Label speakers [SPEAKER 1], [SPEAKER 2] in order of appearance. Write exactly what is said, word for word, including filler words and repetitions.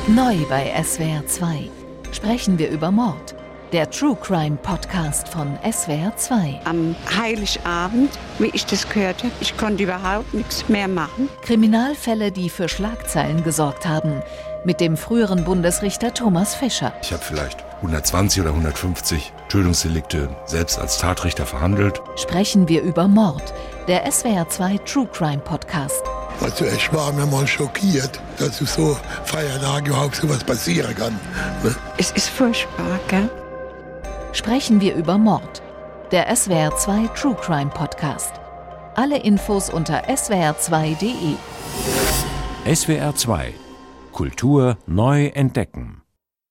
[SPEAKER 1] Neu bei S W R zwei sprechen wir über Mord. Der True Crime Podcast von S W R zwei.
[SPEAKER 2] Am Heiligabend, wie ich das gehört habe, ich konnte überhaupt nichts mehr machen.
[SPEAKER 1] Kriminalfälle, die für Schlagzeilen gesorgt haben. Mit dem früheren Bundesrichter Thomas Fischer.
[SPEAKER 3] Ich habe vielleicht hundertzwanzig oder hundertfünfzig Tötungsdelikte selbst als Tatrichter verhandelt.
[SPEAKER 1] Sprechen wir über Mord. Der S W R zwei True Crime Podcast.
[SPEAKER 4] Also ich war mir mal schockiert, dass es so Feiertage überhaupt so was passieren kann. Ne?
[SPEAKER 2] Es ist furchtbar, gell?
[SPEAKER 1] Sprechen wir über Mord. Der S W R zwei True Crime Podcast. Alle Infos unter s w r zwei punkt d e.
[SPEAKER 5] S W R zwei Kultur neu entdecken.